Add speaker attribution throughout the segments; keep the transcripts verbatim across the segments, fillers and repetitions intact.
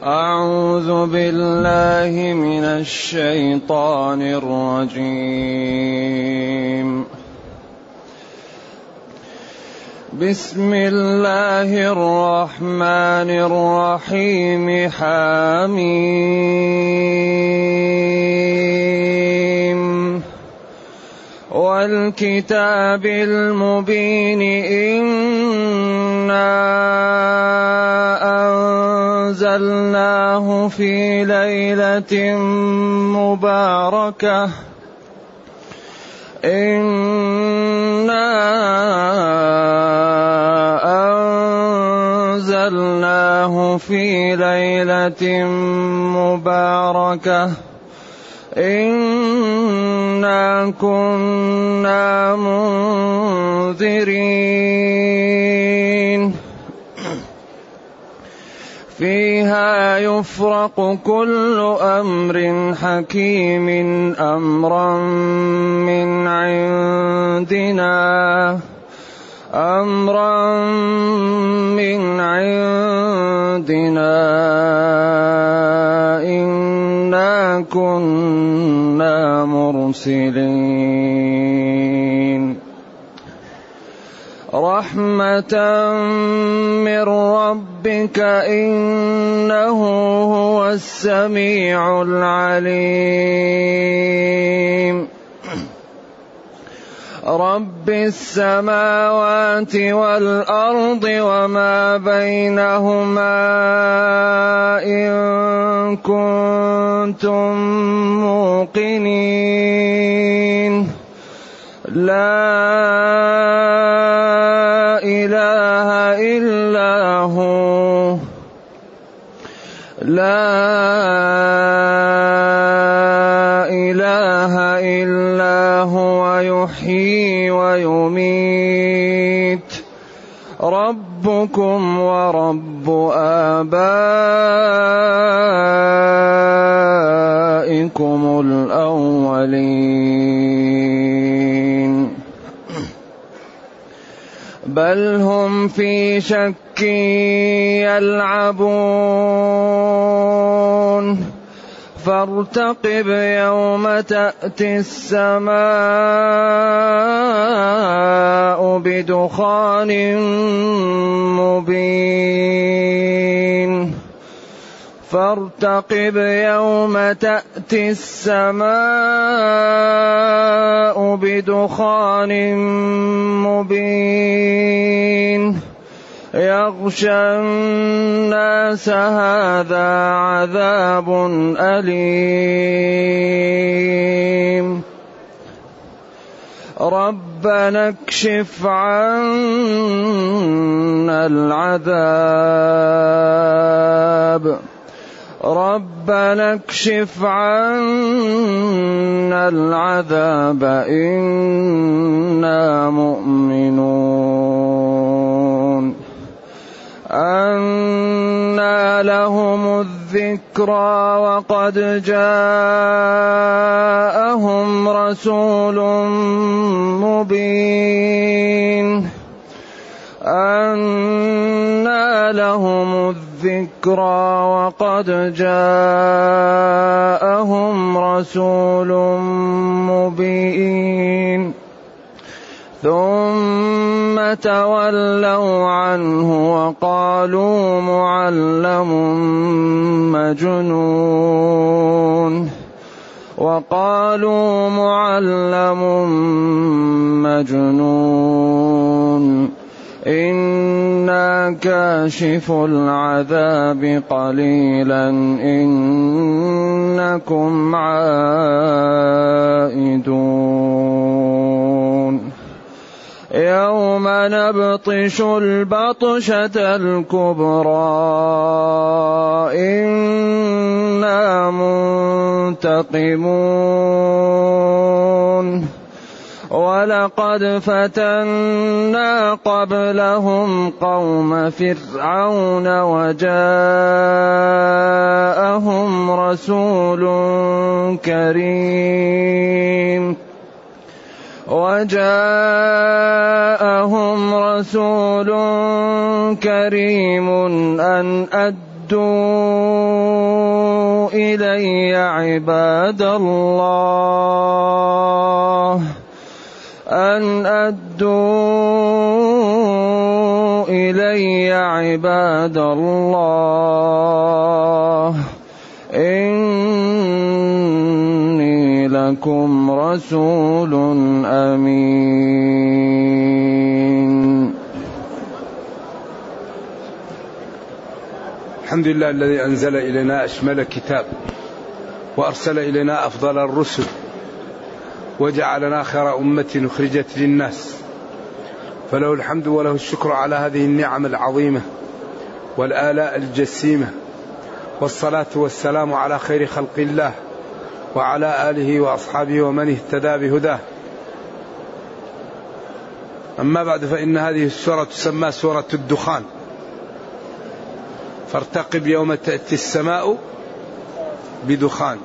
Speaker 1: أعوذ بالله من الشيطان الرجيم. بسم الله الرحمن الرحيم. حميم والكتاب المبين. إنا أنزلناه في ليلة مباركة إنا أنزلناه في ليلة مباركة إنا كنا منذرين فيها يفرق كل أمر حكيم أمرا من عندنا أمرا من عندنا إنا كنا مرسلين رحمة من ربك إنه هو السميع العليم رب السماوات والأرض وما بينهما إن كنتم موقنين لا إله إلا هو لا إله إلا هو يحيي ويميت ربكم ورب آبائكم الأولين بل هم في شك يلعبون فارتقب يوم تأتي السماء بدخان مبين فارتقب يوم تأتي السماء بدخان مبين يغشى الناس هذا عذاب أليم ربنا اكشف عنا العذاب ربنا اكشف عنا العذاب إنا مؤمنون أنى لهم الذكرى وقد جاءهم رسول مبين أنى لهم الذكرى وقد جاءهم رسول مبين ثم تولوا عنه وقالوا معلم مجنون وقالوا معلم مجنون إنا كاشف العذاب قليلا إنكم عائدون يوم نبطش البطشة الكبرى إنا منتقمون ولقد فتنا قبلهم قوم فرعون وجاءهم رسول كريم وجاءهم رسول كريم أن أدوا إلي عباد الله أن أدوا إلي عباد الله إني لكم رسول أمين.
Speaker 2: الحمد لله الذي أنزل إلينا أشمل كتاب وأرسل إلينا أفضل الرسل وجعلنا خير أمة أخرجت للناس، فله الحمد وله الشكر على هذه النعم العظيمة والآلاء الجسيمة، والصلاة والسلام على خير خلق الله وعلى آله وأصحابه ومن اهتدى بهداه. أما بعد، فإن هذه السورة تسمى سورة الدخان. فارتقب يوم تأتي السماء بدخان.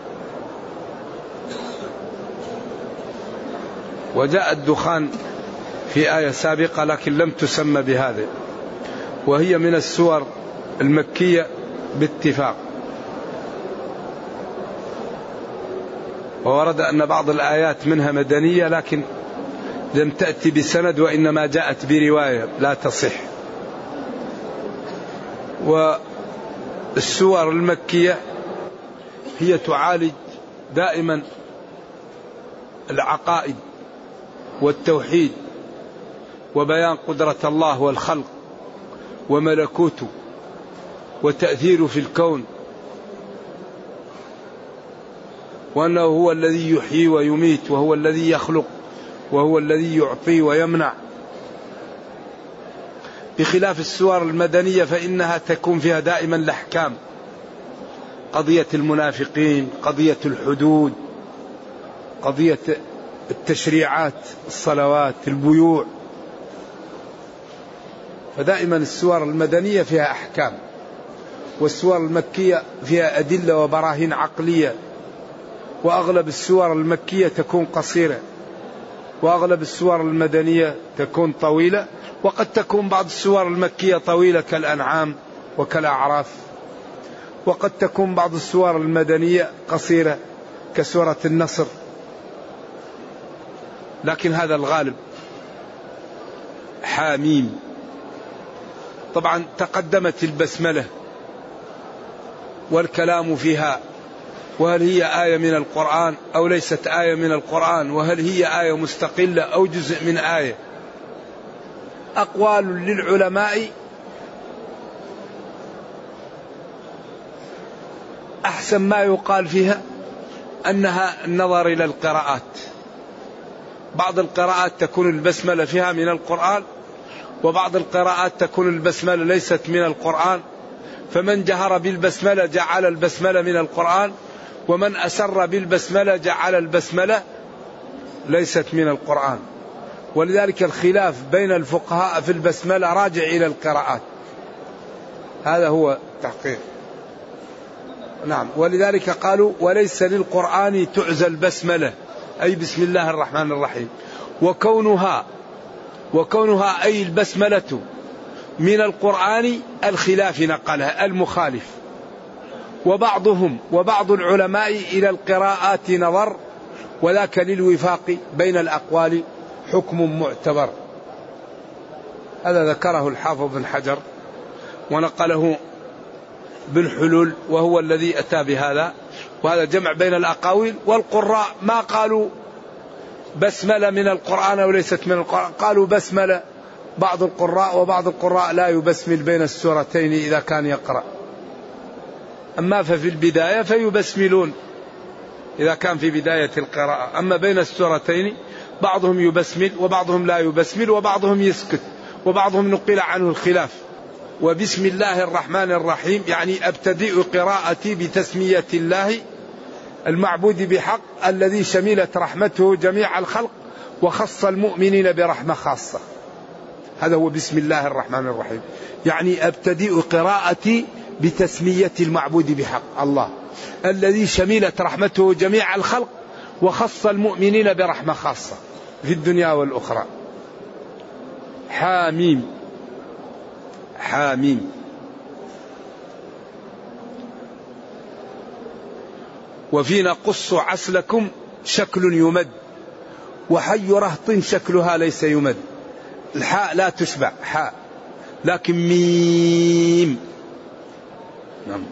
Speaker 2: وجاء الدخان في آية سابقة لكن لم تسمى بهذا، وهي من السور المكية باتفاق. وورد أن بعض الآيات منها مدنية لكن لم تأتي بسند، وإنما جاءت برواية لا تصح. والسور المكية هي تعالج دائما العقائد والتوحيد وبيان قدرة الله والخلق وملكوته وتأثيره في الكون، وأنه هو الذي يحيي ويميت، وهو الذي يخلق، وهو الذي يعطي ويمنع، بخلاف السور المدنية فإنها تكون فيها دائما الأحكام، قضية المنافقين، قضية الحدود، قضية التشريعات، الصلوات، البيوع. فدائما السور المدنية فيها أحكام، والسور المكية فيها أدلة وبراهين عقلية. وأغلب السور المكية تكون قصيرة، وأغلب السور المدنية تكون طويلة، وقد تكون بعض السور المكية طويلة كالأنعام وكالأعراف، وقد تكون بعض السور المدنية قصيرة كسورة النصر، لكن هذا الغالب. حاميم. طبعا تقدمت البسملة والكلام فيها، وهل هي آية من القرآن أو ليست آية من القرآن، وهل هي آية مستقلة أو جزء من آية. أقوال للعلماء. أحسن ما يقال فيها أنها النظر إلى القراءات. بعض القراءات تكون البسملة فيها من القرآن، وبعض القراءات تكون البسملة ليست من القرآن، فمن جهر بالبسملة جعل البسملة من القرآن، ومن أسر بالبسملة جعل البسملة ليست من القرآن. ولذلك الخلاف بين الفقهاء في البسملة راجع إلى القراءات، هذا هو التحقيق. نعم. ولذلك قالوا وليس للقرآن تعزى البسملة، أي بسم الله الرحمن الرحيم. وكونها وكونها أي البسملة من القرآن الخلاف نقلها المخالف. وبعضهم وبعض العلماء إلى القراءات نظر، وذاك للوفاق بين الأقوال حكم معتبر. هذا ذكره الحافظ بن حجر ونقله بن حلول، وهو الذي أتى بهذا، وهذا جمع بين الأقاويل. والقراء ما قالوا بسملة من القرآن أو ليست من القرآن، قالوا بسملة بعض القراء، وبعض القراء لا يبسمل بين السورتين إذا كان يقرأ. أما ففي البداية فيبسملون إذا كان في بداية القراءة، أما بين السورتين بعضهم يبسمل وبعضهم لا يبسمل، وبعضهم يسكت، وبعضهم نقل عنه الخلاف. وبسم الله الرحمن الرحيم يعني أبتدئ قراءتي بتسمية الله المعبود بحق الذي شملت رحمته جميع الخلق وخص المؤمنين برحمة خاصة. هذا هو بسم الله الرحمن الرحيم، يعني أبتدئ قراءتي بتسمية المعبود بحق الله الذي شملت رحمته جميع الخلق وخص المؤمنين برحمة خاصة في الدنيا والأخرى. حاميم. حاميم. وفي نقص عسلكم شكل يمد، وحي رهط شكلها ليس يمد. الحاء لا تشبع حاء، لكن ميم نعم.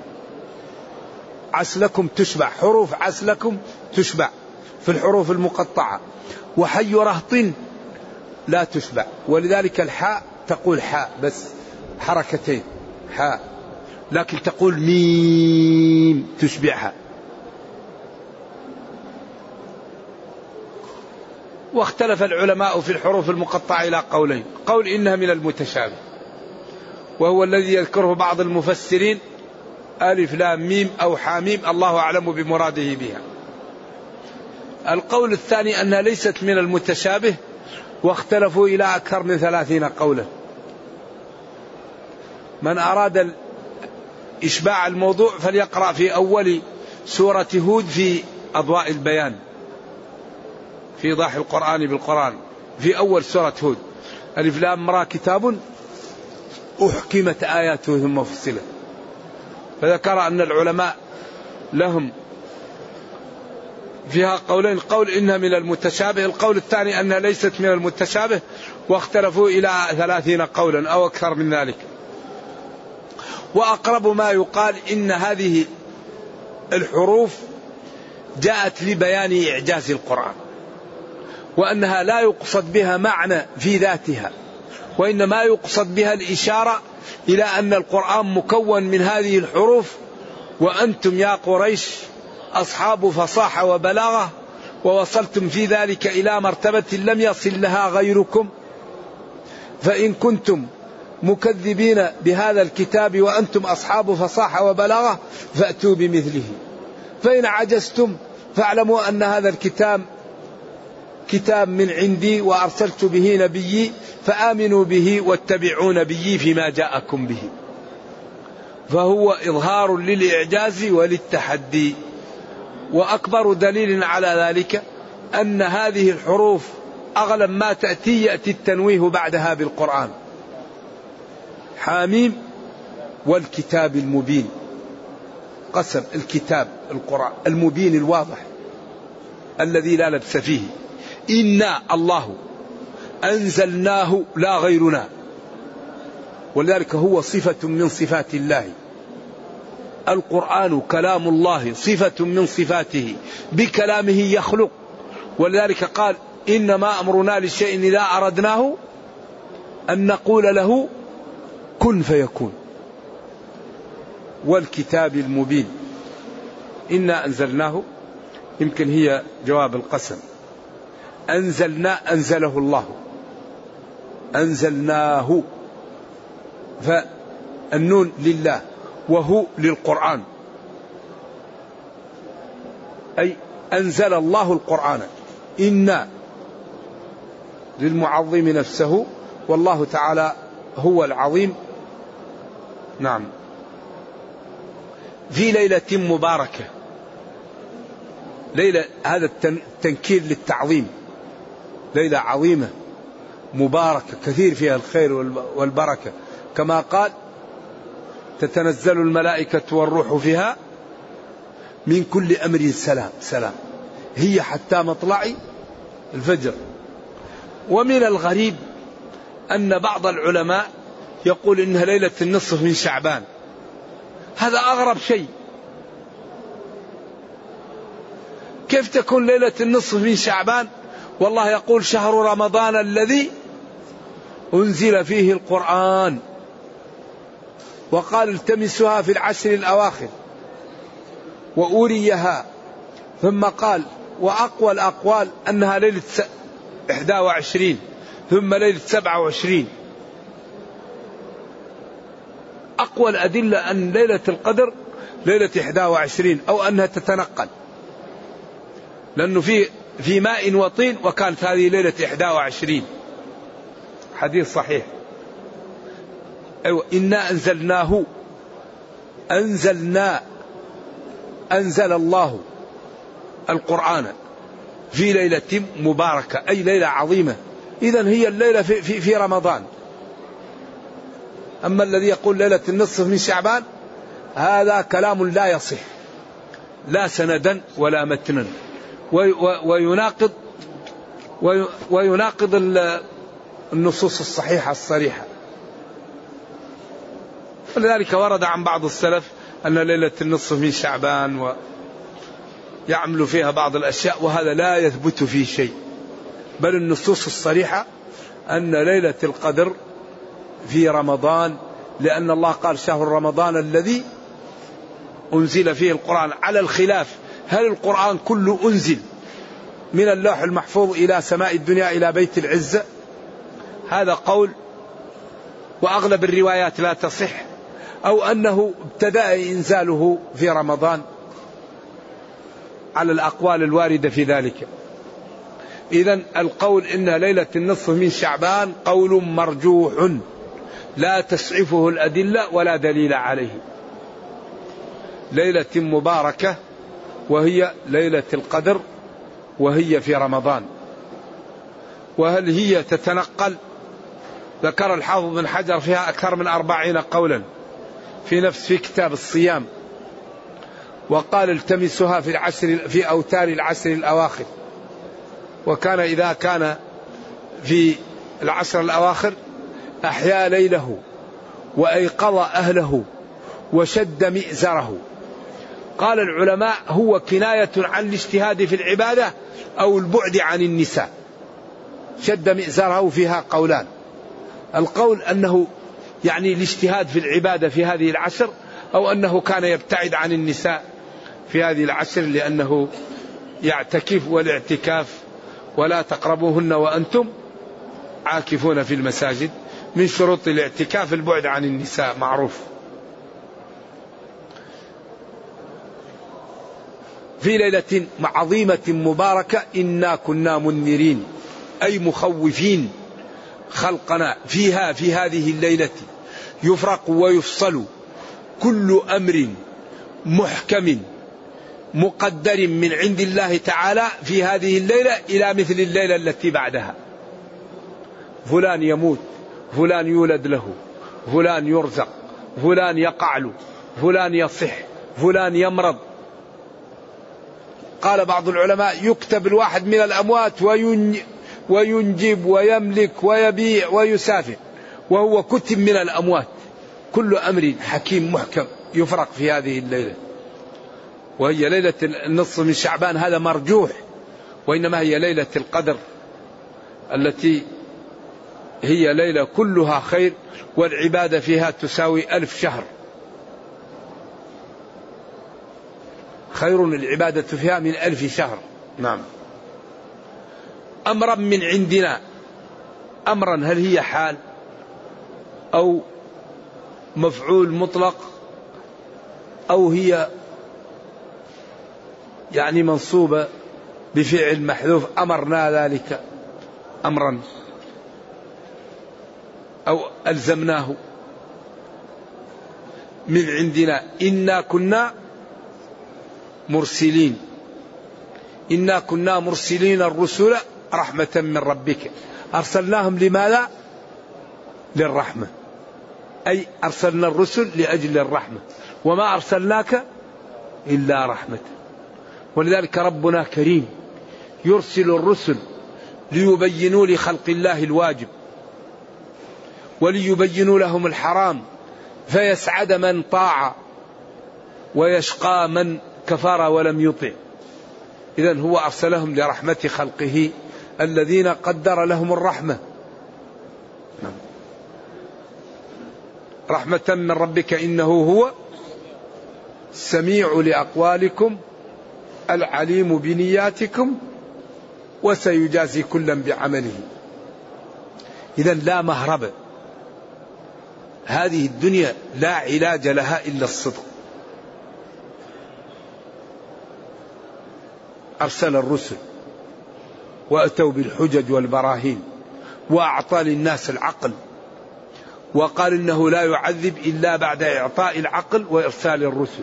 Speaker 2: عسلكم تشبع، حروف عسلكم تشبع في الحروف المقطعة، وحي رهط لا تشبع، ولذلك الحاء تقول حاء بس حركتين حاء، لكن تقول ميم تشبعها. واختلف العلماء في الحروف المقطعة إلى قولين: قول إنها من المتشابه وهو الذي يذكره بعض المفسرين ألف لام ميم أو حاميم الله أعلم بمراده بها. القول الثاني أنها ليست من المتشابه، واختلفوا إلى أكثر من ثلاثين قولا. من أراد إشباع الموضوع فليقرأ في أول سورة هود في أضواء البيان في إيضاح القرآن بالقرآن، في أول سورة هود: ألف لام را كتاب أحكمت آياته ثم فصلت. فذكر أن العلماء لهم فيها قولين: قول إنها من المتشابه، القول الثاني أنها ليست من المتشابه، واختلفوا إلى ثلاثين قولا أو أكثر من ذلك. وأقرب ما يقال إن هذه الحروف جاءت لبيان إعجاز القرآن، وأنها لا يقصد بها معنى في ذاتها، وإنما يقصد بها الإشارة إلى أن القرآن مكون من هذه الحروف، وأنتم يا قريش أصحاب فصاحة وبلاغة، ووصلتم في ذلك إلى مرتبة لم يصل لها غيركم، فإن كنتم مكذبين بهذا الكتاب وأنتم أصحاب فصاحة وبلاغة فأتوا بمثله، فإن عجزتم فاعلموا أن هذا الكتاب كتاب من عندي وأرسلت به نبيي، فآمنوا به واتبعوا نبيي فيما جاءكم به. فهو إظهار للإعجاز وللتحدي. وأكبر دليل على ذلك أن هذه الحروف أغلب ما تأتي يأتي التنويه بعدها بالقرآن: حاميم والكتاب المبين. قسم الكتاب القرآن المبين الواضح الذي لا لبس فيه. إنا الله أنزلناه لا غيرنا، ولذلك هو صفة من صفات الله. القرآن كلام الله صفة من صفاته، بكلامه يخلق، ولذلك قال: إنما أمرنا للشيء إذا أردناه أن نقول له كن فيكون. والكتاب المبين. إنا أنزلناه يمكن هي جواب القسم. أنزلنا أنزله الله، أنزلناه، فالنون لله وهو للقرآن، أي أنزل الله القرآن. إنا للمعظم نفسه، والله تعالى هو العظيم. نعم. في ليلة مباركة، ليلة هذا التنكير للتعظيم، ليلة عظيمة مباركة كثير فيها الخير والبركة، كما قال: تتنزل الملائكة والروح فيها من كل أمر سلام سلام هي حتى مطلع الفجر. ومن الغريب أن بعض العلماء يقول إنها ليلة النصف من شعبان. هذا أغرب شيء. كيف تكون ليلة النصف من شعبان والله يقول: شهر رمضان الذي أنزل فيه القرآن، وقال: التمسها في العشر الأواخر، وأوريها، ثم قال: وأقوى الأقوال أنها ليلة إحدى وعشرين، ثم ليلة سبعة وعشرين. أقوى الأدلة أن ليلة القدر ليلة إحدى وعشرين، أو أنها تتنقل، لأنه في في ماء وطين، وكانت هذه ليلة إحدى وعشرين. حديث صحيح. أيوة. إنا أنزلناه، أنزلنا أنزل الله القرآن في ليلة مباركة، أي ليلة عظيمة. إذن هي الليلة في, في, في رمضان. أما الذي يقول ليلة النصف من شعبان هذا كلام لا يصح، لا سندا ولا متنا، ويناقض ويناقض النصوص الصحيحة الصريحة. ولذلك ورد عن بعض السلف أن ليلة النصف من شعبان ويعمل فيها بعض الأشياء، وهذا لا يثبت فيه شيء، بل النصوص الصريحة أن ليلة القدر في رمضان، لأن الله قال شهر رمضان الذي أنزل فيه القرآن، على الخلاف هل القرآن كله أنزل من اللوح المحفوظ إلى سماء الدنيا إلى بيت العزة، هذا قول وأغلب الروايات لا تصح، أو أنه ابتدأ إنزاله في رمضان، على الأقوال الواردة في ذلك. إذن القول إن ليلة النصف من شعبان قول مرجوح لا تسعفه الأدلة ولا دليل عليه. ليلة مباركة وهي ليلة القدر وهي في رمضان. وهل هي تتنقل؟ ذكر الحافظ بن حجر فيها أكثر من أربعين قولا في نفس في كتاب الصيام، وقال التمسها في العشر في أوتار العشر الأواخر، وكان إذا كان في العشر الأواخر أحيا ليله وأيقظ أهله وشد مئزره. قال العلماء هو كناية عن الاجتهاد في العبادة أو البعد عن النساء. شد مئزره فيها قولان، القول أنه يعني الاجتهاد في العبادة في هذه العشر، أو أنه كان يبتعد عن النساء في هذه العشر لأنه يعتكف، والاعتكاف ولا تقربوهن وأنتم عاكفون في المساجد، من شروط الاعتكاف البعد عن النساء معروف. في ليلة عظيمة مباركة إنا كنا منذرين أي مخوفين خلقنا، فيها في هذه الليلة يفرق ويفصل كل أمر محكم مقدر من عند الله تعالى في هذه الليلة إلى مثل الليلة التي بعدها. فلان يموت، فلان يولد له، فلان يرزق، فلان يقع له، فلان يصح، فلان يمرض. قال بعض العلماء يكتب الواحد من الأموات وينجب ويملك ويبيع ويسافر وهو كتب من الأموات. كل أمر حكيم محكم يفرق في هذه الليلة، وهي ليلة النصف من شعبان، هذا مرجوح، وإنما هي ليلة القدر التي هي ليلة كلها خير، والعبادة فيها تساوي ألف شهر. خير العبادة فيها من ألف شهر. نعم. أمرا من عندنا، أمرا هل هي حال أو مفعول مطلق أو هي يعني منصوبة بفعل محذوف، أمرنا ذلك أمرا أو ألزمناه. من عندنا إنا كنا مرسلين، إنا كنا مرسلين الرسل رحمة من ربك، أرسلناهم لماذا؟ للرحمة، أي أرسلنا الرسل لأجل الرحمة، وما أرسلناك إلا رحمة. ولذلك ربنا كريم يرسل الرسل ليبينوا لخلق الله الواجب وليبينوا لهم الحرام، فيسعد من طاع ويشقى من كفر ولم يطع. إذن هو أرسلهم لرحمة خلقه الذين قدر لهم الرحمة. رحمة من ربك إنه هو السميع لأقوالكم العليم بنياتكم وسيجازي كلا بعمله. إذن لا مهرب، هذه الدنيا لا علاج لها إلا الصدق. أرسل الرسل وأتوا بالحجج والبراهين وأعطى للناس العقل، وقال إنه لا يعذب إلا بعد إعطاء العقل وإرسال الرسل.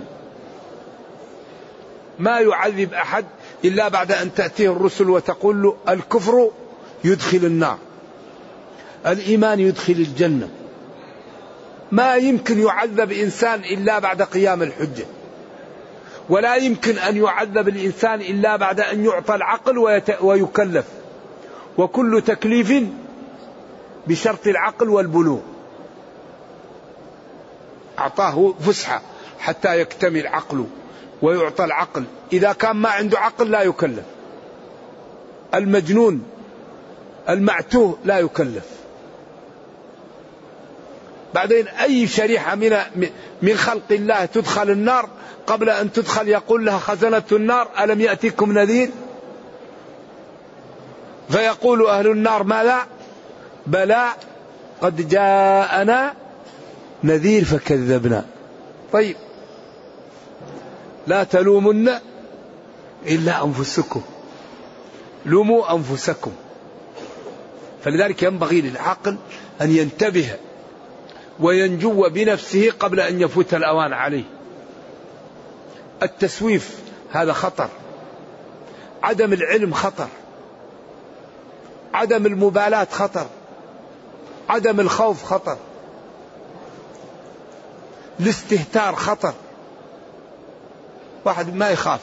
Speaker 2: ما يعذب أحد إلا بعد أن تأتيه الرسل وتقول له الكفر يدخل النار، الإيمان يدخل الجنة. ما يمكن يعذب إنسان إلا بعد قيام الحجة. ولا يمكن أن يعذب الإنسان إلا بعد أن يعطى العقل ويكلف، وكل تكليف بشرط العقل والبلوغ. أعطاه فسحة حتى يكتمل عقله ويعطى العقل، إذا كان ما عنده عقل لا يكلف. المجنون المعتوه لا يكلف. بعدين أي شريحة من من خلق الله تدخل النار قبل أن تدخل يقول لها خزنة النار ألم يأتيكم نذير؟ فيقول أهل النار ماذا؟ بلى قد جاءنا نذير فكذبنا. طيب لا تلومن إلا أنفسكم، لوموا أنفسكم. فلذلك ينبغي للعقل أن ينتبه وينجو بنفسه قبل أن يفوت الأوان عليه. التسويف هذا خطر، عدم العلم خطر، عدم المبالاة خطر، عدم الخوف خطر، الاستهتار خطر. واحد ما يخاف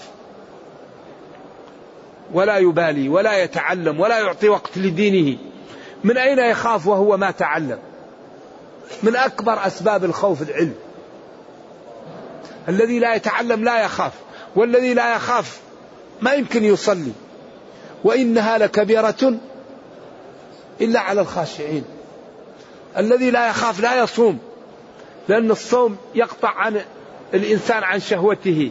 Speaker 2: ولا يبالي ولا يتعلم ولا يعطي وقت لدينه، من أين يخاف وهو ما تعلم؟ من أكبر أسباب الخوف العلم. الذي لا يتعلم لا يخاف، والذي لا يخاف ما يمكن يصلي. وإنها لكبيرة إلا على الخاشعين. الذي لا يخاف لا يصوم، لأن الصوم يقطع عن الإنسان عن شهوته.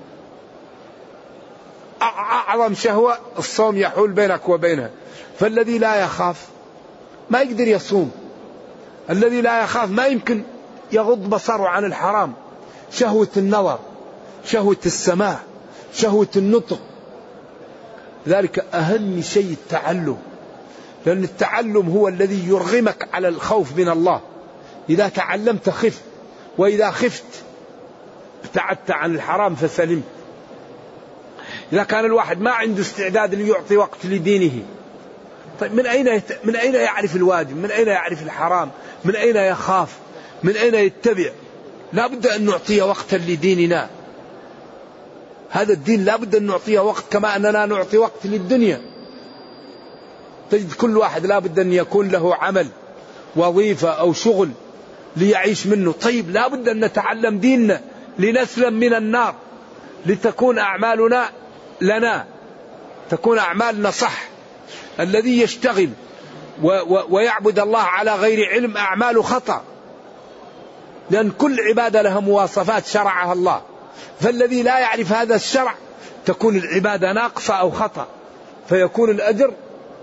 Speaker 2: أعظم شهوة الصوم يحول بينك وبينها. فالذي لا يخاف ما يقدر يصوم. الذي لا يخاف ما يمكن يغض بصره عن الحرام. شهوة النظر، شهوة السماع، شهوة النطق. ذلك أهم شيء التعلم، لأن التعلم هو الذي يرغمك على الخوف من الله. إذا تعلمت خفت، وإذا خفت ابتعدت عن الحرام فسلمت. إذا كان الواحد ما عنده استعداد ليعطي وقت لدينه، طيب من أين يت... من أين يعرف الواجب؟ من أين يعرف الحرام؟ من أين يخاف؟ من أين يتبع؟ لا بد أن نعطي وقتا لديننا. هذا الدين لا بد أن نعطيه وقت كما أننا نعطي وقت للدنيا. تجد كل واحد لا بد أن يكون له عمل، وظيفة أو شغل ليعيش منه. طيب لا بد أن نتعلم ديننا لنسلم من النار، لتكون أعمالنا لنا، تكون أعمالنا صح. الذي يشتغل و و ويعبد الله على غير علم أعماله خطأ، لأن كل عبادة لها مواصفات شرعها الله. فالذي لا يعرف هذا الشرع تكون العبادة ناقصة أو خطأ، فيكون الأجر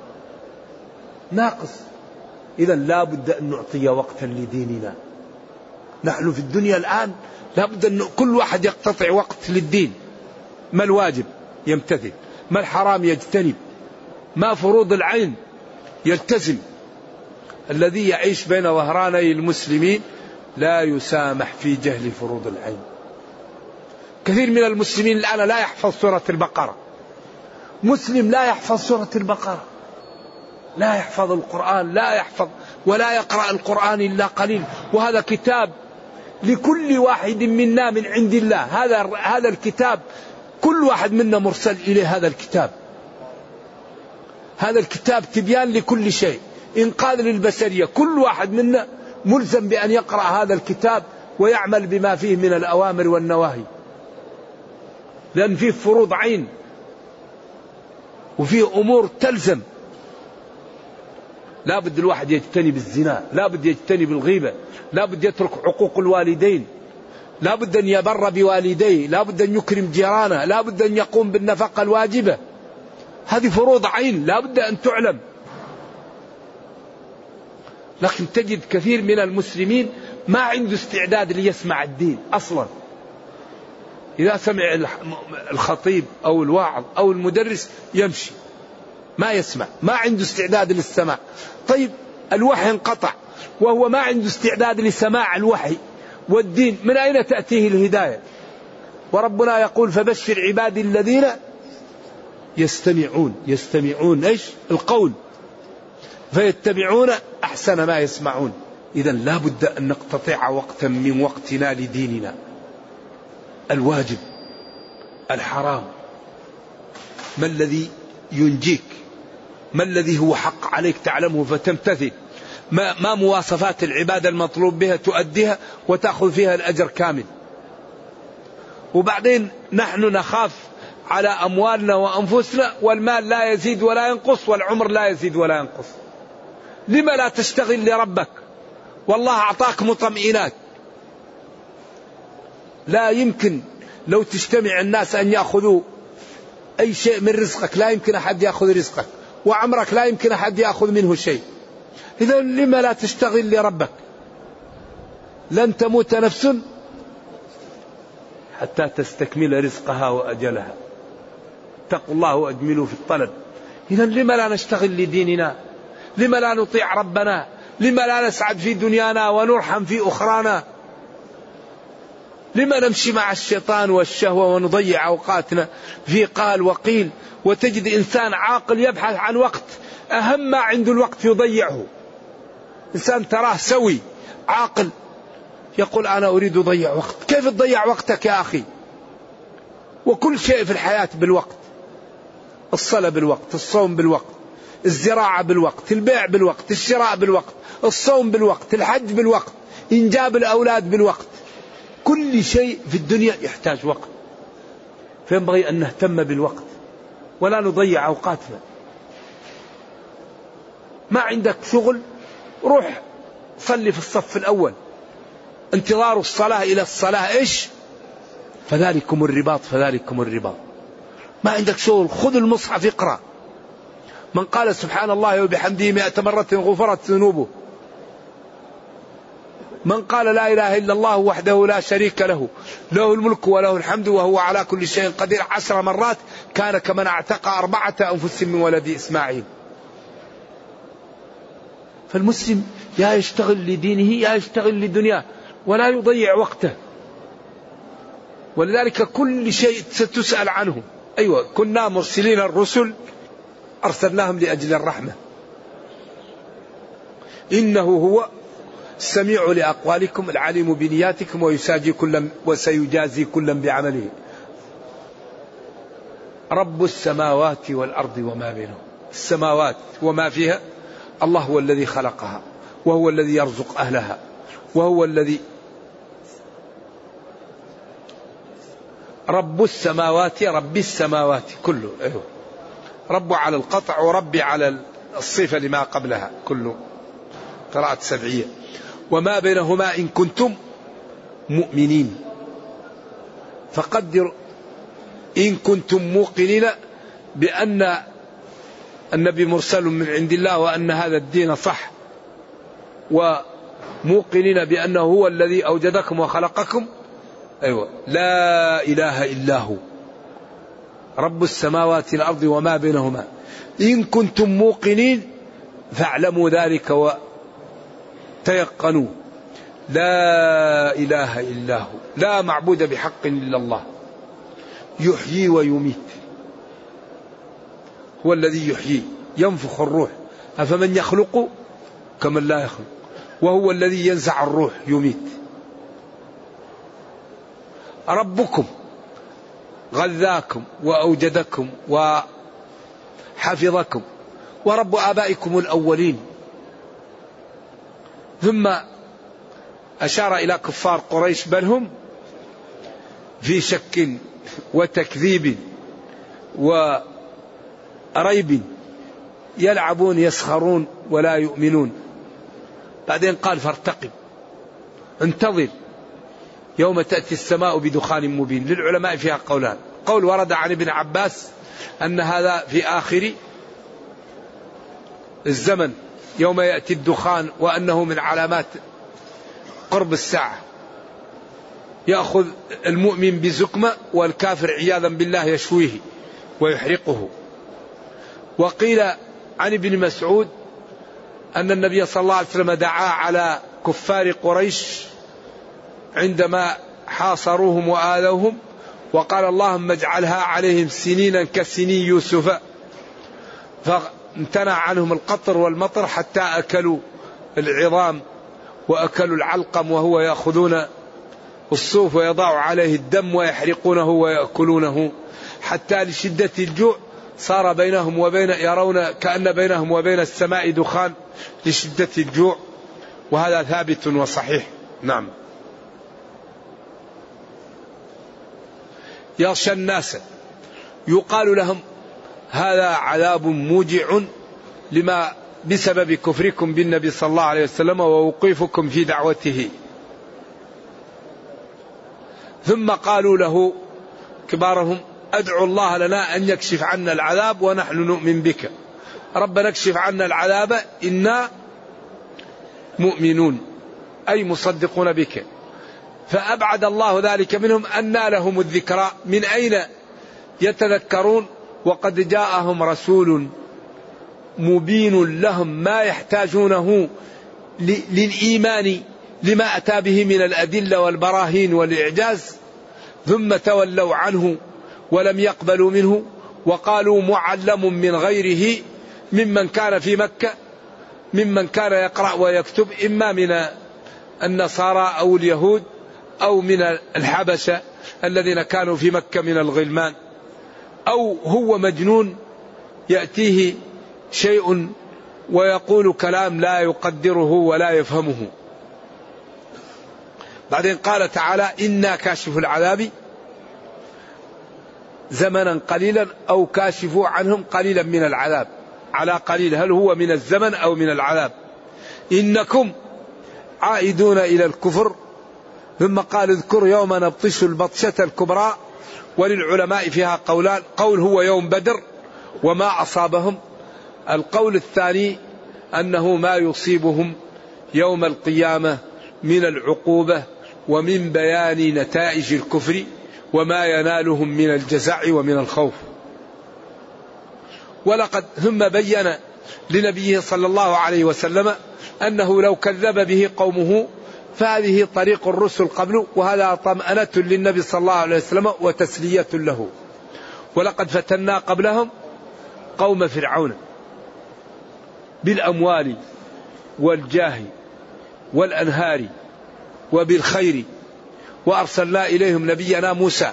Speaker 2: ناقص. إذا لا بد أن نعطي وقتا لديننا. نحن في الدنيا الآن لا بد أن كل واحد يقتطع وقت للدين. ما الواجب يمتثل، ما الحرام يجتنب، ما فروض العين يلتزم. الذي يعيش بين ظهراني المسلمين لا يسامح في جهل فروض العين. كثير من المسلمين الآن لا يحفظ سورة البقرة. مسلم لا يحفظ سورة البقرة، لا يحفظ القرآن، لا يحفظ ولا يقرأ القرآن إلا قليل. وهذا كتاب لكل واحد منا من عند الله. هذا هذا الكتاب كل واحد منا مرسل إليه هذا الكتاب. هذا الكتاب تبيان لكل شيء، إنقاذ للبشرية. كل واحد منا ملزم بأن يقرأ هذا الكتاب ويعمل بما فيه من الأوامر والنواهي، لأن فيه فروض عين وفيه أمور تلزم. لا بد الواحد يجتنب الزنا، لا بد يجتنب الغيبة، لا بد يترك عقوق الوالدين، لا بد أن يبر بوالديه، لا بد أن يكرم جيرانه، لا بد أن يقوم بالنفقة الواجبة. هذه فروض عين لا بد أن تعلم. لكن تجد كثير من المسلمين ما عنده استعداد ليسمع الدين أصلا. إذا سمع الخطيب أو الواعظ أو المدرس يمشي، ما يسمع، ما عنده استعداد للسماع. طيب الوحي انقطع وهو ما عنده استعداد لسماع الوحي والدين، من أين تأتيه الهداية؟ وربنا يقول فبشر عبادي الذين يستمعون يستمعون ايش؟ القول فيتبعون أحسن ما يسمعون. إذا لا بد أن نقتطع وقتا من وقتنا لديننا. الواجب الحرام، ما الذي ينجيك، ما الذي هو حق عليك تعلمه فتمتثل، ما, ما مواصفات العبادة المطلوب بها تؤديها وتأخذ فيها الأجر كامل. وبعدين نحن نخاف على أموالنا وأنفسنا، والمال لا يزيد ولا ينقص، والعمر لا يزيد ولا ينقص. لما لا تشتغل لربك؟ والله أعطاك مطمئنات. لا يمكن لو تجتمع الناس أن يأخذوا أي شيء من رزقك، لا يمكن أحد يأخذ رزقك، وعمرك لا يمكن أحد يأخذ منه شيء. إذا لما لا تشتغل لربك؟ لن تموت نفس حتى تستكمل رزقها وأجلها. اتقوا الله وأجملوا في الطلب. إذا لما لا نشتغل لديننا؟ لما لا نطيع ربنا؟ لما لا نسعد في دنيانا ونرحم في أخرانا؟ لما نمشي مع الشيطان والشهوة ونضيع أوقاتنا في قال وقيل؟ وتجد إنسان عاقل يبحث عن وقت، أهم ما عنده الوقت يضيعه. إنسان تراه سوي عاقل يقول أنا أريد أضيع وقت. كيف تضيع وقتك يا أخي؟ وكل شيء في الحياة بالوقت. الصلاة بالوقت، الصوم بالوقت، الزراعة بالوقت، البيع بالوقت، الشراء بالوقت، الصوم بالوقت، الحج بالوقت، إنجاب الأولاد بالوقت. كل شيء في الدنيا يحتاج وقت، فينبغي أن نهتم بالوقت ولا نضيع أوقاتنا. ما عندك شغل، روح صلي في الصف الأول. انتظار الصلاة إلى الصلاة إيش؟ فذلكم الرباط، فذلكم الرباط. ما عندك شغل، خذ المصحف اقرأ. من قال سبحان الله وبحمده مئة مرة غفرت ذنوبه. من قال لا إله إلا الله وحده لا شريك له، له الملك وله الحمد وهو على كل شيء قدير عشر مرات كان كمن اعتق أربعة أنفس من ولد إسماعيل. فالمسلم يا يشتغل لدينه يا يشتغل لدنياه ولا يضيع وقته. ولذلك كل شيء ستسأل عنه. أيوة، كنا مرسلين الرسل أرسلناهم لأجل الرحمة. إنه هو السميع لأقوالكم العليم بنياتكم ويساجي كل وسيجازي كلا بعمله. رب السماوات والأرض وما بينهم. السماوات وما فيها الله هو الذي خلقها، وهو الذي يرزق أهلها، وهو الذي رب السماوات، رب السماوات كله. أيوه. رب على القطع وربي على الصفة لما قبلها كله. قراءة سبعية. وما بينهما إن كنتم مؤمنين. فقدر إن كنتم موقنين بأن النبي مرسل من عند الله وأن هذا الدين صح، وموقنين بأنه هو الذي أوجدكم وخلقكم. أيوة. لا إله إلا هو رب السماوات والأرض وما بينهما إن كنتم موقنين فاعلموا ذلك وتيقنوا. لا إله إلا هو، لا معبود بحق إلا الله، يحيي ويميت. هو الذي يحيي، ينفخ الروح، أفمن يخلق كمن لا يخلق، وهو الذي ينزع الروح يميت. ربكم غذاكم وأوجدكم وحفظكم ورب آبائكم الأولين. ثم أشار إلى كفار قريش بل هم في شك وتكذيب وريب يلعبون يسخرون ولا يؤمنون. بعدين قال فارتقب انتظر يوم تأتي السماء بدخان مبين. للعلماء فيها قولان. قول ورد عن ابن عباس أن هذا في آخر الزمن يوم يأتي الدخان، وأنه من علامات قرب الساعة. يأخذ المؤمن بزكمة والكافر عياذا بالله يشويه ويحرقه. وقيل عن ابن مسعود أن النبي صلى الله عليه وسلم دعا على كفار قريش عندما حاصروهم وآذوهم وقال اللهم اجعلها عليهم سنينا كسني يوسف، فامتنع عنهم القطر والمطر حتى أكلوا العظام وأكلوا العلقم وهو يأخذون الصوف ويضع عليه الدم ويحرقونه ويأكلونه، حتى لشدة الجوع صار بينهم وبين يرون كأن بينهم وبين السماء دخان لشدة الجوع، وهذا ثابت وصحيح. نعم. يغشى الناس، يقال لهم هذا عذاب موجع لما بسبب كفركم بالنبي صلى الله عليه وسلم ووقوفكم في دعوته. ثم قالوا له كبارهم ادعوا الله لنا أن يكشف عنا العذاب ونحن نؤمن بك، ربنا اكشف عنا العذاب إنا مؤمنون أي مصدقون بك. فأبعد الله ذلك منهم، أنى لهم الذكرى، من أين يتذكرون وقد جاءهم رسول مبين لهم ما يحتاجونه للإيمان لما أتى به من الأدلة والبراهين والإعجاز، ثم تولوا عنه ولم يقبلوا منه وقالوا معلم من غيره ممن كان في مكة، ممن كان يقرأ ويكتب، إما من النصارى أو اليهود أو من الحبشة الذين كانوا في مكة من الغلمان، أو هو مجنون يأتيه شيء ويقول كلام لا يقدره ولا يفهمه. بعدين قال تعالى إنا كاشف العذاب زمنا قليلا أو كاشف عنهم قليلا من العذاب، على قليل هل هو من الزمن أو من العذاب. إنكم عائدون إلى الكفر. ثم قال اذكر يوم نبطش البطشة الكبرى، وللعلماء فيها قولان، قول هو يوم بدر وما أصابهم، القول الثاني أنه ما يصيبهم يوم القيامة من العقوبة ومن بيان نتائج الكفر وما ينالهم من الجزع ومن الخوف. ولقد ثم بين لنبيه صلى الله عليه وسلم أنه لو كذب به قومه فهذه طريق الرسل قبله، وهذا طمأنة للنبي صلى الله عليه وسلم وتسلية له. ولقد فتنا قبلهم قوم فرعون بالأموال والجاه والأنهار وبالخير، وأرسلنا إليهم نبينا موسى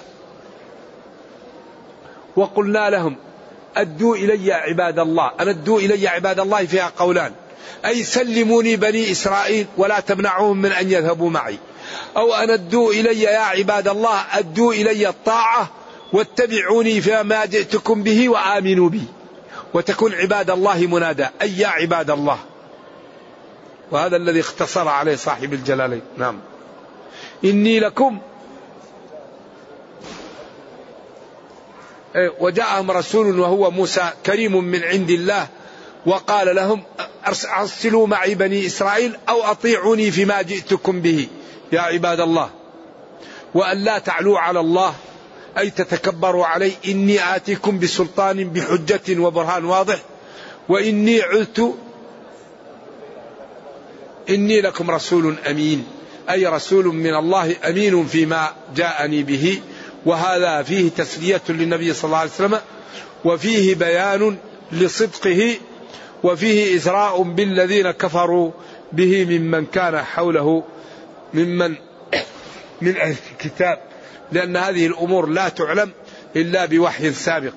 Speaker 2: وقلنا لهم أدوا إلي عباد الله. أن أدوا إلي عباد الله فيها قولان، أي سلموني بني إسرائيل ولا تمنعوهم من أن يذهبوا معي، أو أن أدوا إلي يا عباد الله أدوا إلي الطاعة واتبعوني فيما جئتكم به وآمنوا بي، وتكون عباد الله منادى أي يا عباد الله. وهذا الذي اختصر عليه صاحب الجلالين. نعم. إني لكم، وجاءهم رسول وهو موسى كريم من عند الله وقال لهم أرسلوا معي بني إسرائيل أو أطيعوني فيما جئتكم به يا عباد الله، وأن لا تعلوا على الله أي تتكبروا علي، إني آتيكم بسلطان بحجة وبرهان واضح، وإني عذت إني لكم رسول أمين، أي رسول من الله أمين فيما جاءني به. وهذا فيه تسلية للنبي صلى الله عليه وسلم، وفيه بيان لصدقه، وفيه إزراء بالذين كفروا به ممن كان حوله ممن من أهل الكتاب، لأن هذه الأمور لا تعلم إلا بوحي سابق.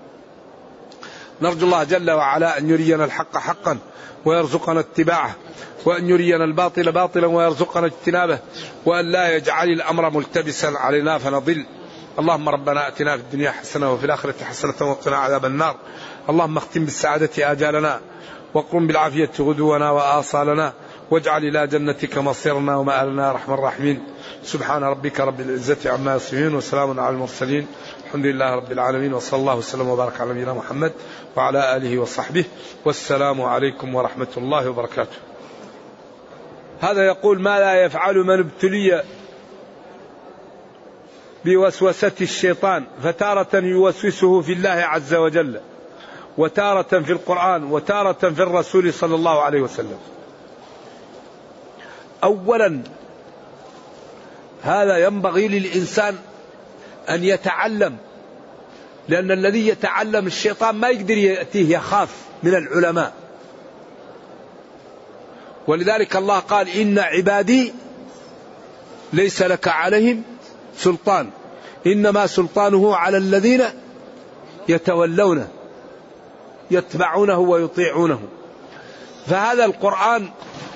Speaker 2: نرجو الله جل وعلا أن يرينا الحق حقا ويرزقنا اتباعه، وأن يرينا الباطل باطلا ويرزقنا اجتنابه، وأن لا يجعل الأمر ملتبسا علينا فنضل. اللهم ربنا أتنا في الدنيا حسنة وفي الآخرة حسنة وقنا عذاب النار. اللهم اختم بالسعادة آجالنا، وقم بالعافية غدونا وآصالنا، واجعل إلى جنتك مصيرنا ومآلنا يا أرحم الراحمين. سبحان ربك رب العزة عما يصفون وسلام على المرسلين، الحمد لله رب العالمين، وصلى الله وسلم وبارك على نبينا محمد وعلى آله وصحبه، والسلام عليكم ورحمة الله وبركاته. هذا يقول ما لا يفعل من ابتلي بوسوسة الشيطان، فتارة يوسوسه في الله عز وجل، وتارة في القرآن، وتارة في الرسول صلى الله عليه وسلم. أولا هذا ينبغي للإنسان أن يتعلم، لأن الذي يتعلم الشيطان ما يقدر يأتيه، يخاف من العلماء. ولذلك الله قال إن عبادي ليس لك عليهم سلطان، إنما سلطانه على الذين يتولونه يتبعونه ويطيعونه. فهذا القرآن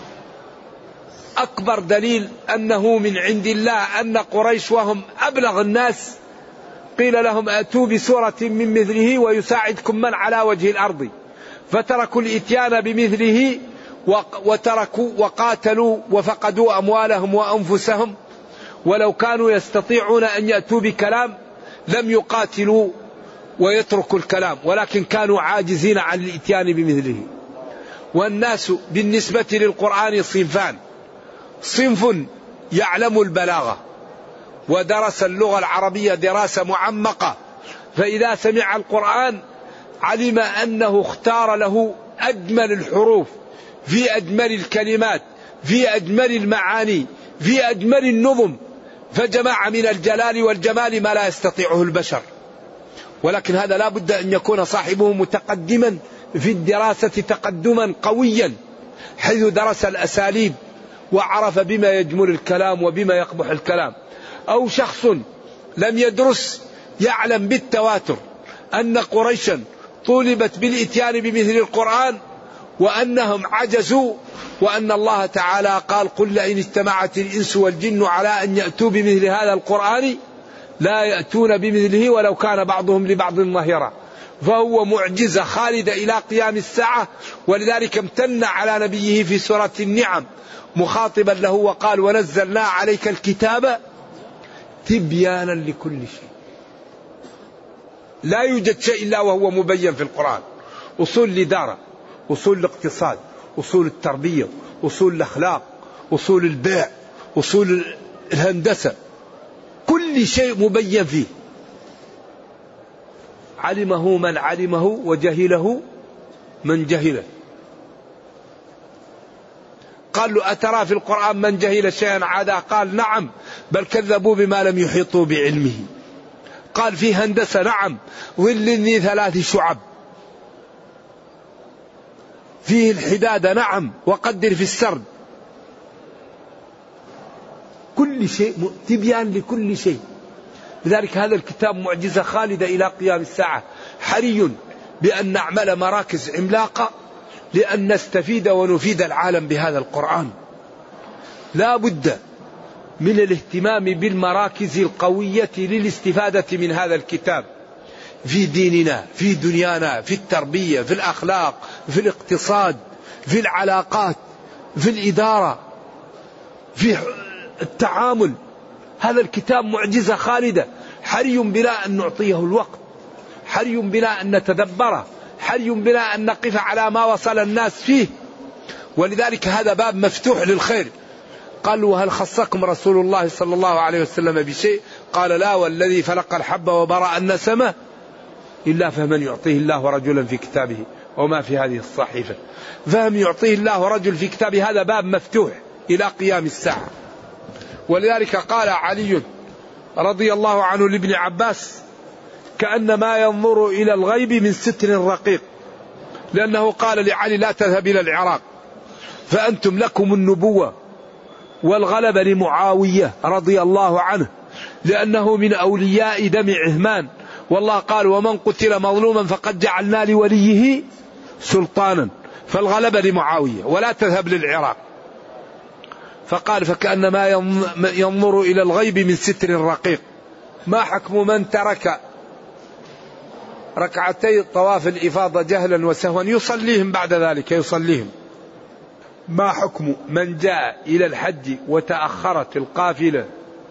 Speaker 2: أكبر دليل أنه من عند الله، أن قريش وهم أبلغ الناس قيل لهم أتوا بسورة من مثله ويساعدكم من على وجه الأرض، فتركوا الإتيان بمثله وتركوا وقاتلوا وفقدوا أموالهم وأنفسهم، ولو كانوا يستطيعون أن يأتوا بكلام لم يقاتلوا ويتركوا الكلام، ولكن كانوا عاجزين عن الإتيان بمثله. والناس بالنسبة للقرآن صنفان: صنف يعلم البلاغة ودرس اللغة العربية دراسة معمقة، فإذا سمع القرآن علم أنه اختار له أجمل الحروف في أجمل الكلمات في أجمل المعاني في أجمل النظم، فجمع من الجلال والجمال ما لا يستطيعه البشر. ولكن هذا لا بد أن يكون صاحبه متقدما في الدراسة تقدما قويا، حيث درس الأساليب وعرف بما يجمل الكلام وبما يقبح الكلام. أو شخص لم يدرس يعلم بالتواتر أن قريشا طولبت بالإتيان بمثل القرآن وأنهم عجزوا، وأن الله تعالى قال: قل لئن اجتمعت الإنس والجن على أن يأتوا بمثل هذا القرآن لا يأتون بمثله ولو كان بعضهم لبعض ظهيرا. فهو معجزة خالدة إلى قيام الساعة. ولذلك امتن على نبيه في سورة النعم مخاطبا له وقال: ونزلنا عليك الكتاب تبيانا لكل شيء. لا يوجد شيء إلا وهو مبين في القرآن: أصول الإدارة، أصول الاقتصاد، أصول التربية، أصول الأخلاق، أصول البيع، أصول الهندسة، كل شيء مبين فيه. علمه من علمه وجهله من جهله. قال له: أترى في القرآن من جهل شيئا عادا؟ قال: نعم، بل كذبوا بما لم يحيطوا بعلمه. قال: في هندسة، نعم، ظل ذي ثلاث شعب. فيه الحدادة، نعم، وقدر في السرد. كل شيء تبيان لكل شيء. لذلك هذا الكتاب معجزة خالدة إلى قيام الساعة. حري بأن نعمل مراكز عملاقة لأن نستفيد ونفيد العالم بهذا القرآن. لا بد من الاهتمام بالمراكز القوية للاستفادة من هذا الكتاب في ديننا، في دنيانا، في التربية، في الأخلاق، في الاقتصاد، في العلاقات، في الإدارة، في التعامل. هذا الكتاب معجزة خالدة. حري بنا أن نعطيه الوقت، حري بنا أن نتدبره، حري بنا أن نقف على ما وصل الناس فيه. ولذلك هذا باب مفتوح للخير. قالوا: هل خصكم رسول الله صلى الله عليه وسلم بشيء؟ قال: لا، والذي فلق الحب وبرأ النسمة إلا فمن يعطيه الله رجلا في كتابه وما في هذه الصحيفة. فهم يعطيه الله رجل في كتابه، هذا باب مفتوح إلى قيام الساعة. ولذلك قال علي رضي الله عنه لابن عباس: كأن ما ينظر إلى الغيب من ستر رقيق، لأنه قال لعلي: لا تذهب إلى العراق فأنتم لكم النبوة والغلبة لمعاوية رضي الله عنه، لأنه من أولياء دم عثمان، والله قال: ومن قتل مظلوما فقد جعلنا لوليه سلطانا، فالغلبة لمعاوية ولا تذهب للعراق. فقال: فكأن ما ينظر إلى الغيب من ستر رقيق. ما حكم من ترك ركعتي طواف الإفاضة جهلا وسهوا يصليهم بعد ذلك يصليهم؟ ما حكم من جاء إلى الحج وتأخرت القافلة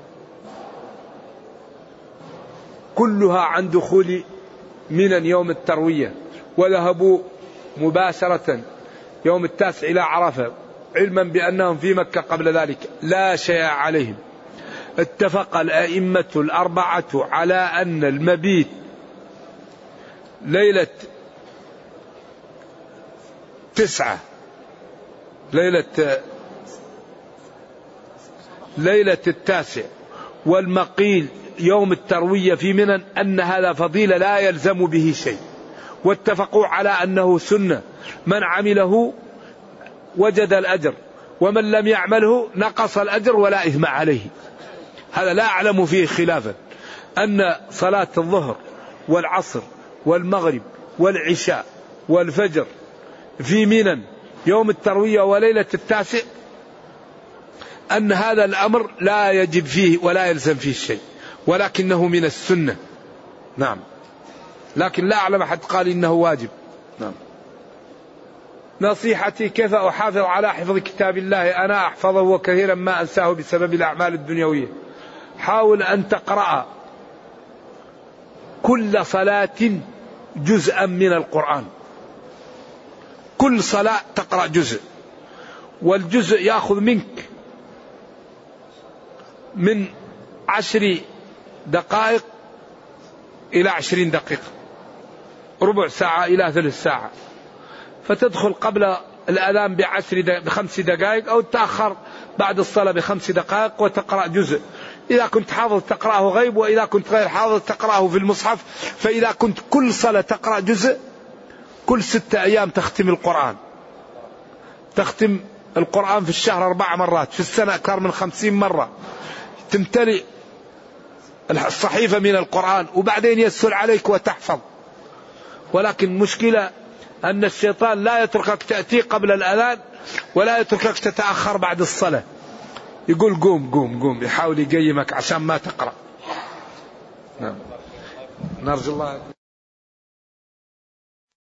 Speaker 2: كلها عن دخول منى يوم التروية وذهبوا مباشرة يوم التاسع إلى عرفة، علما بأنهم في مكة قبل ذلك؟ لا شيء عليهم. اتفق الأئمة الأربعة على أن المبيت ليلة تسعة ليلة ليلة التاسع والمقيل يوم التروية في منى أن هذا فضيلة لا يلزم به شيء، واتفقوا على أنه سنة، من عمله وجد الأجر ومن لم يعمله نقص الأجر ولا إثم عليه. هذا لا أعلم فيه خلافا، أن صلاة الظهر والعصر والمغرب والعشاء والفجر في منى يوم التروية وليلة التاسع أن هذا الأمر لا يجب فيه ولا يلزم فيه شيء، ولكنه من السنة. نعم، لكن لا أعلم أحد قال إنه واجب. نعم. نصيحتي كيف أحافظ على حفظ كتاب الله؟ أنا أحفظه وكثيرا ما أنساه بسبب الأعمال الدنيوية. حاول أن تقرأ كل صلاة جزءا من القرآن، كل صلاة تقرأ جزء، والجزء يأخذ منك من عشر دقائق إلى عشرين دقيقة، ربع ساعة إلى ثلث ساعة، فتدخل قبل الأذان بعشر دقائق بخمس دقائق أو تأخر بعد الصلاة بخمس دقائق وتقرأ جزء. إذا كنت حافظ تقرأه غيب، وإذا كنت غير حافظ تقرأه في المصحف. فإذا كنت كل صلاة تقرأ جزء، كل ستة أيام تختم القرآن. تختم القرآن في الشهر أربع مرات، في السنة أكثر من خمسين مرة. تمتلئ الصحيفة من القرآن، وبعدين يسهل عليك وتحفظ. ولكن مشكلة أن الشيطان لا يتركك تأتي قبل الأذان، ولا يتركك تتأخر بعد الصلاة. يقول قوم قوم قوم، يحاول يقيمك عشان ما تقرأ. نعم. نرجو الله